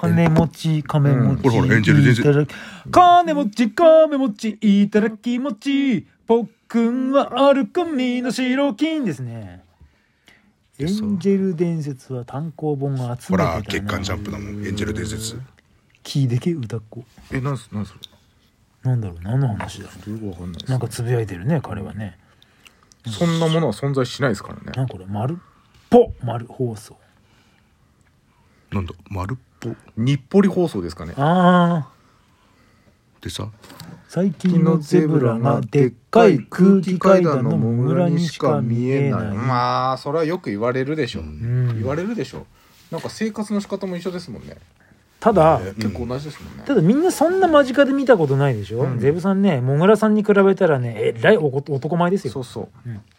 金持ち亀持ち、 ほらエンジェル伝説金持ち亀持ちいただきもちぽっくんは歩く身の白金ですね。エンジェル伝説は単行本が集めてたな。 ほら月刊ジャンプだもんエンジェル伝説。 キーでけ歌っ子。 なんそれなんだろう、何の話だろよくわかんないでう。 す。 なんかつぶやいてるね彼はね。 そんなものは存在しないですからね。 なんかこれ丸っぽ丸放送。 なんだ丸っぽ日暮里放送ですかね。 ああ、 でさ最近のゼブラがでっかい空気階段のモグラにしか見えない。 まあそれはよく言われるでしょ、 うん言われるでしょ。なんか生活の仕方も一緒ですもんね。 ただ、 結構同じですもんね。 ただみんなそんな間近で見たことないでしょ、ゼブさんね、モグラさんに比べたらね、えらい男前ですよ。 そうそう、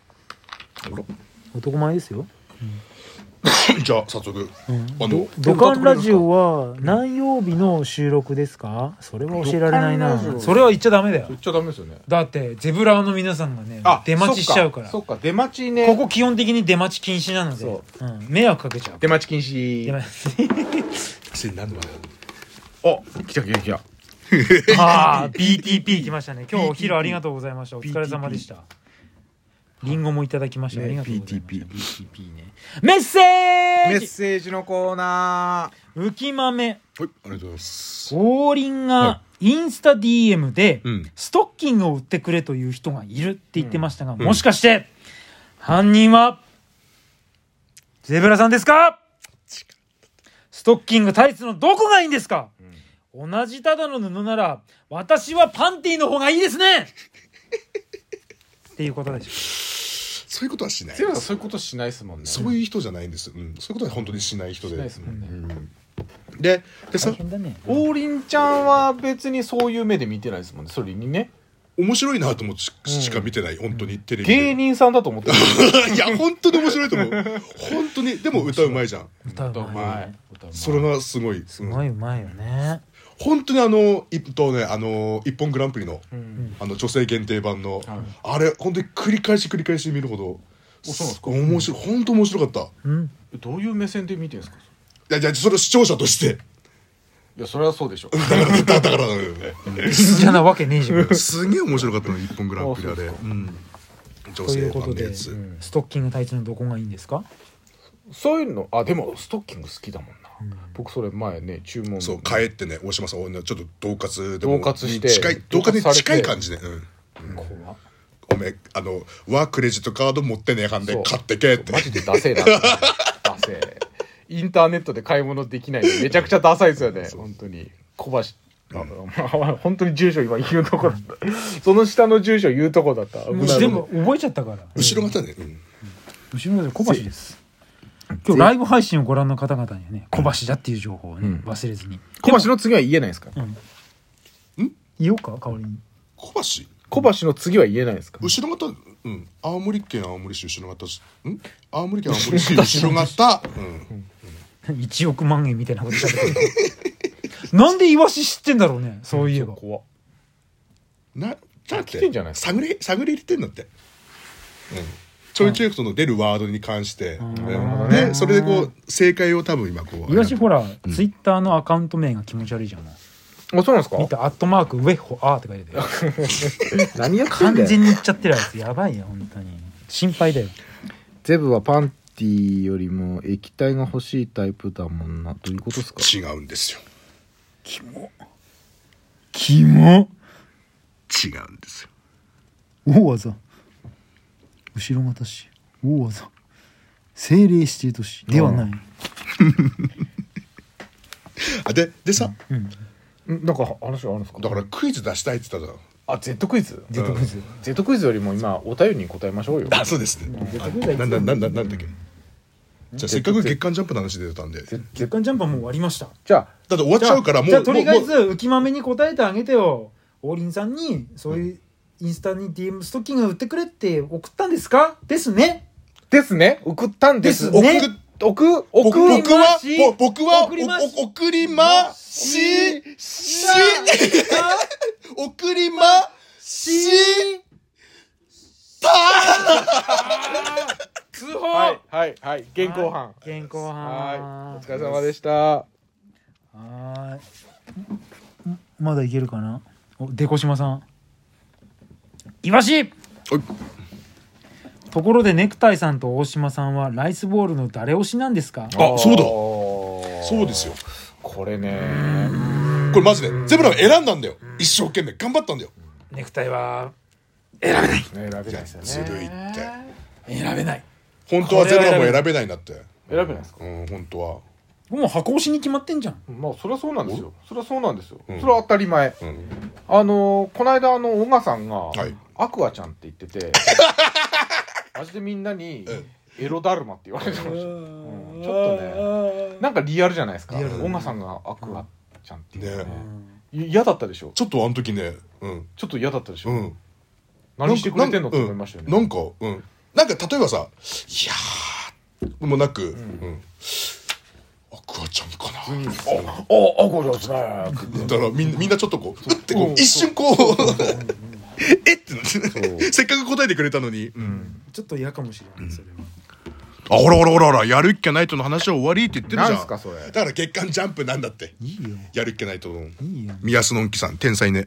男前ですよ。 じゃあ早速ドカンラジオは何曜日の収録ですか？それは教えられないな。 ドカンラジオそれは言っちゃダメだよ。 言っちゃダメですよね。 だってゼブラーの皆さんがね出待ちしちゃうから。 そっか出待ちね。 ここ基本的に出待ち禁止なので、迷惑かけちゃう。 出待ち禁止。 出待ちそれ何の来た。 ああ BTP 来ましたね。今日お昼ありがとうございました。お疲れ様でした。リンゴもいただきました。ありがとうございました。BTP ね。メッセージのコーナ浮き豆はいありがとうございます。 王林がインスタ DM でうんストッキングを売ってくれという人がいるって言ってましたが、もしかして犯人はゼブラさんですか？ストッキングタイツのどこがいいんですか？同じただの布なら私はパンティの方がいいですねっていうことでしそういうことはしない。 ゼブラさんそういうことしないですもんね。 そういう人じゃないんです、そういうことは本当にしない人で。 しないですもんね。 でょ。 さ大変だね。 王林ちゃんは別にそういう目で見てないですもんね。それにね、 面白いなと思ってしか見てない、本当にテレビで芸人さんだと思ってる。 いや本当に面白いと思う本当に。でも歌うまいじゃん。 歌うまい。 それがすごいすごいうまいよね。 本当に一本グランプリの、女性限定版の、あれ本当に繰り返し見るほどそうなんですか？ 面白い、本当面白かった。 どういう目線で見てるんですか？ いやそれ視聴者としていやそれはそうでしょ。 だからじゃなわけねえじゃん。 すげえ面白かったの一本グランプリあれ。女とい性うことで版のやつ。 ストッキングタイツのどこがいいんですか？ そういうのでもストッキング好きだもんな。僕それ前ね注文そう帰ってね大島さんちょっと同活でも同活して同活に近い感じで、 怖っ。 おめはクレジットカード持ってねえはんで買ってけってマジでダセえな。ダセえ。インターネットで買い物できないのめちゃくちゃダサいですよね。本当に小橋本当に住所今言うとこだったその下の住所言うとこだった。 でも覚えちゃったから。 後ろ方ね、 後ろ方小橋です。今日ライブ配信をご覧の方々にはね小橋だっていう情報をね忘れずに。 小橋の次は言えないですか？ 言おうか代わりに。 小橋小橋の次は言えないですか？ 後ろ方、青森県青森市後ろ方青森県青森市後ろ方、 1億万円みたいなこと喋ってるなんでイワシ知ってんだろうね。そういえば怖だって来てんじゃないですか？ 探り入れてんだって、ちょいちょいその出るワードに関してでそれでこう正解を多分今こうイワシほらツイッターのアカウント名が気持ち悪いじゃん。 あ、そうなんですか？ 見たアットマークウェッホアーって書いてたよ。 何やってん完だよ。 全に言っちゃってるやつやばいよ本当に。心配だよ。 ゼブはパンティよりも液体が欲しいタイプだもんな。どういうことですか？ 違うんですよ。 キモキモ。 違うんですよ。 大技後ろ方市大技政令指定都市ではない。 でさ、 なんか話あるんですか？ だからクイズ出したいって言ったじゃん。 あ、Z クイズ。 Z クイズ。 Z クイズよりも今お便りに答えましょうよ。 あ、そうですね。なんだっけ。じゃあせっかく月刊ジャンプの話出てたんで。 月刊ジャンプはもう終わりました。 じゃあだって終わっちゃうからもう。 じゃあとりあえず浮豆に答えてあげてよ。王林さんにそういうインスタに DM ストッキング売ってくれって送ったんですか？ですね。 ですね。送ったんです。 ですね。 僕は送りまし送りました通報。 はい。現行犯。 現行犯。 はい。お疲れ様でした。 まだいけるかな。デコ島さん。イワシ。ところでネクタイさんと大島さんはライスボールの誰推しなんですか？ あ、そうだ。そうですよ。 これね、 これマジでゼブラが選んだんだよ。一生懸命頑張ったんだよ。 ネクタイは選べない。 選べないですよね。 ずるいって選べない。 本当はゼブラも選べないんだって。 選べないですか？ 本当は。 もう箱推しに決まってんじゃん。 まあそりゃそうなんですよ。そりゃそうなんですよ。 うんそれは当たり前。この間小賀さんがはいアクアちゃんって言ってて、マジでみんなにエロだるまって言われてました。ちょっとね、なんかリアルじゃないですか。 リアル小賀さんがアクアちゃんって言ってねね、嫌だったでしょ。 ちょっとあの時ね、 ちょっと嫌だったでしょ。 うん何してくれてんのって思いましたよね。 なんかなんか例えばさ、いやーもなく、アクアちゃんかな。 アクアちゃんですね。 だからみんなちょっとこう、うってこう一瞬こう、えってなってせっかく答えてくれたのに、 ちょっと嫌かもしれない、それは。 あ、ほらほらほらほら、やるっきゃないとの話は終わりって言ってるじゃん。 なんすかそれ。 だから月刊ジャンプなんだって。 いいよ。 やるっきゃないとの。 いいよ。 宮須のんきさん、天才ね。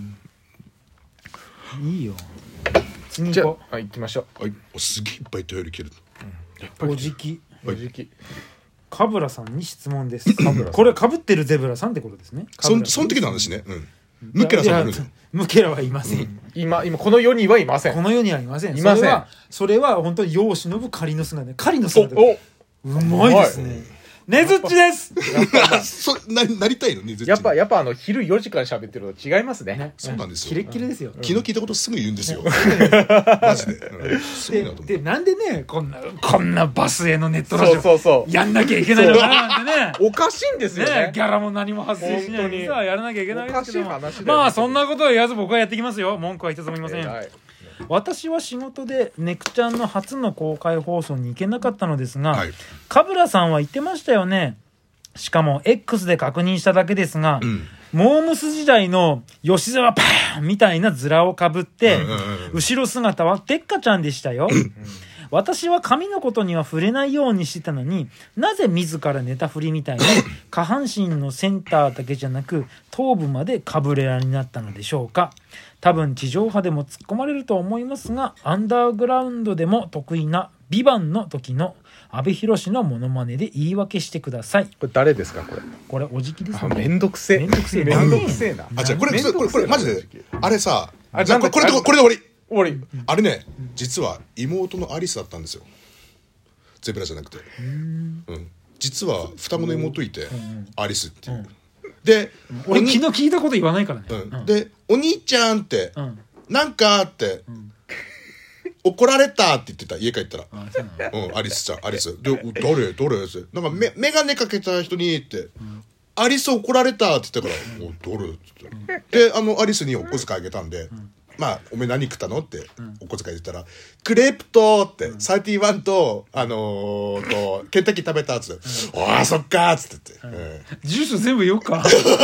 いいよ。次じゃ行こあ行きましょう。 はい、すげえいっぱい頼り切る。 う。おじき。 おじき。 カブラさんに質問です。これ被ってるゼブラさんってことですね。 その時の話ね。ムケラさんもいるんですよ。 ムケラはいません。 今この世にはいません。 この世にはいません。 いません。 それは本当に世を忍ぶ仮の姿。仮の姿。うまいですね。ねずっちです。 なりたいのね。 やっぱ昼4時間喋ってるの違いますね。 そうなんですよ。 キレッキレですよ。 気の利いたことすぐ言うんですよ。マジで。すごいなと思って。 でなんでねこんなバスへのネットラジオそうやんなきゃいけないのかななんてね。 おかしいんですよね。 ギャラも何も発生しないにさやらなきゃいけないんですけども、 おかしい話だよね。 まあそんなことを言わず僕はやってきますよ。文句は一つも言いません。私は仕事でネクちゃんの初の公開放送に行けなかったのですが、カブラさんは言ってましたよね。しかも X で確認しただけですが、モームス時代の吉沢パーンみたいな面をかぶって、後ろ姿はテッカちゃんでしたよ。私は髪のことには触れないようにしてたのに、なぜ自ら寝たふりみたいに下半身のセンターだけじゃなく頭部までかぶれらになったのでしょうか。多分地上波でも突っ込まれると思いますが、アンダーグラウンドでも得意なビバンの時の阿部寛のモノマネで言い訳してください。 これ誰ですかこれおじきですね。 めんどくせえ。 めんどくせえ。 めんどくせえな。 あ、じゃあこれマジであれさ、 これで終わり。 終わり。 あれね、実は妹のアリスだったんですよ。ゼブラじゃなくて。実は双子の妹いて、アリスっていう。で、 俺昨日聞いたこと言わないからね。 で、お兄ちゃんって、なんかって、怒られたって言ってた、家帰ったら。アリスちゃん、アリス。で、誰って。なんかメガネかけた人にって、アリス怒られたって言ったから、誰って言って。で、アリスにお小遣いあげたんで、まあ、お前何食ったのってお小遣い言ったら、クレープとって、31と、ケンタッキー食べたっつって、ああ、そっかーっつって言って。 住所全部言おうか。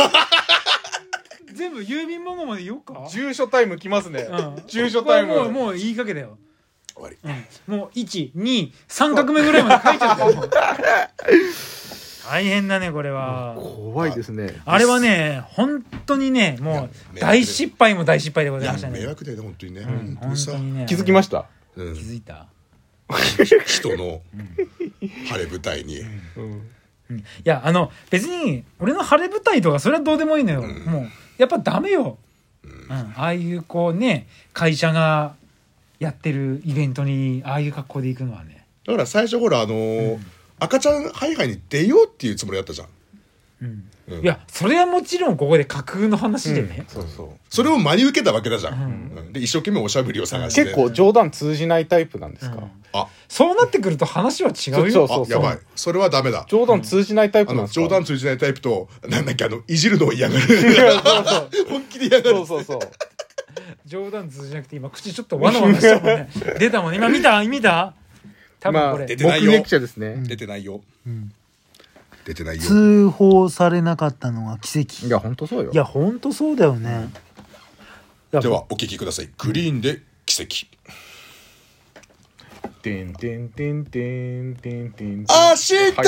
全部郵便番号まで言おうか。 住所タイム来ますね。住所タイム。 もう言いかけだよ。 終わり。 もう1、2、3画目ぐらいまで書いちゃったよ。大変だねこれは。 怖いですね。 あれはね本当にねもう大失敗も大失敗でございましたね。 迷惑だよね本当にね。 本当にね。 気づきました。 気づいた。 人の晴れ舞台に。いや別に俺の晴れ舞台とかそれはどうでもいいのよ。もうやっぱダメよ。ああいうこうね会社がやってるイベントにああいう格好で行くのはね。 だから最初ほら赤ちゃんハイハイに出ようっていうつもりだったじゃん。 いやそれはもちろんここで架空の話でね。 それを真に受けたわけだじゃん。で一生懸命おしゃべりを探して。 結構冗談通じないタイプなんですか。 そうなってくると話は違うよ。 やばい。それはダメだ。 冗談通じないタイプなんですか。 冗談通じないタイプとなんだっけいじるのを嫌がる。本気で嫌がる。 そう。 冗談通じなくて今口ちょっとわなわなしたもんね。出たもんね。今見た？多分これ出てないよ。 目撃者ですね。 出てないよ。出てないよ。 通報されなかったのが奇跡。 いや本当そうよ。 いや本当そうだよね。 ではお聞きください。グリーンで奇跡。 てんてんてんてんてんてん。 明日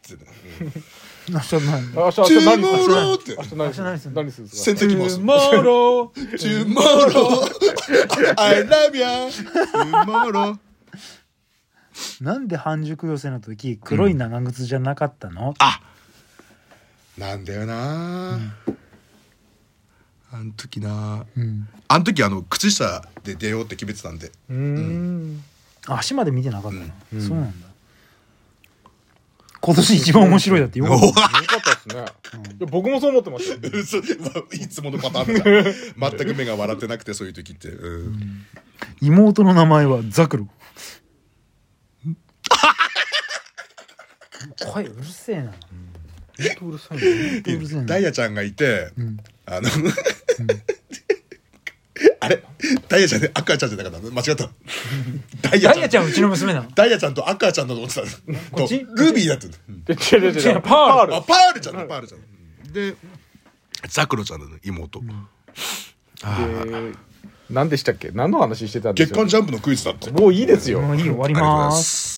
ってね。 明日何明日トゥ何モローって。 明日明日何するの何するんですか？ 洗濯機回す。 モロトゥモロー I love ya トゥモロー。 なんで半熟寄せの時黒い長靴じゃなかったの？ あ、なんだよな、あん時な、あん時靴下で出ようって決めてたんで。 足まで見てなかったの、そうなんだ。今年一番面白いだってよかったよかったですね。いや僕もそう思ってましたよ。 いつものパターンだ。全く目が笑ってなくて、そういう時って。 妹の名前はザクロ。声うるせえな。 うるさいね。 うるせえな。 ダイヤちゃんがいて、あれダイヤちゃんでアクアちゃんじゃなかった。間違った。ダイダイヤちゃんうちの娘なの？ ダイヤちゃんとアクアちゃんだと思ってた。 こっちグービーだった。 違うパール。 あ、パールちゃんだ、パールちゃん。で、ザクロちゃんの妹。 で何でしたっけ？何の話してたんですか？ 月刊ジャンプのクイズだって。 もういいですよ。 もういいよ、終わりありがとうございま。 ますす。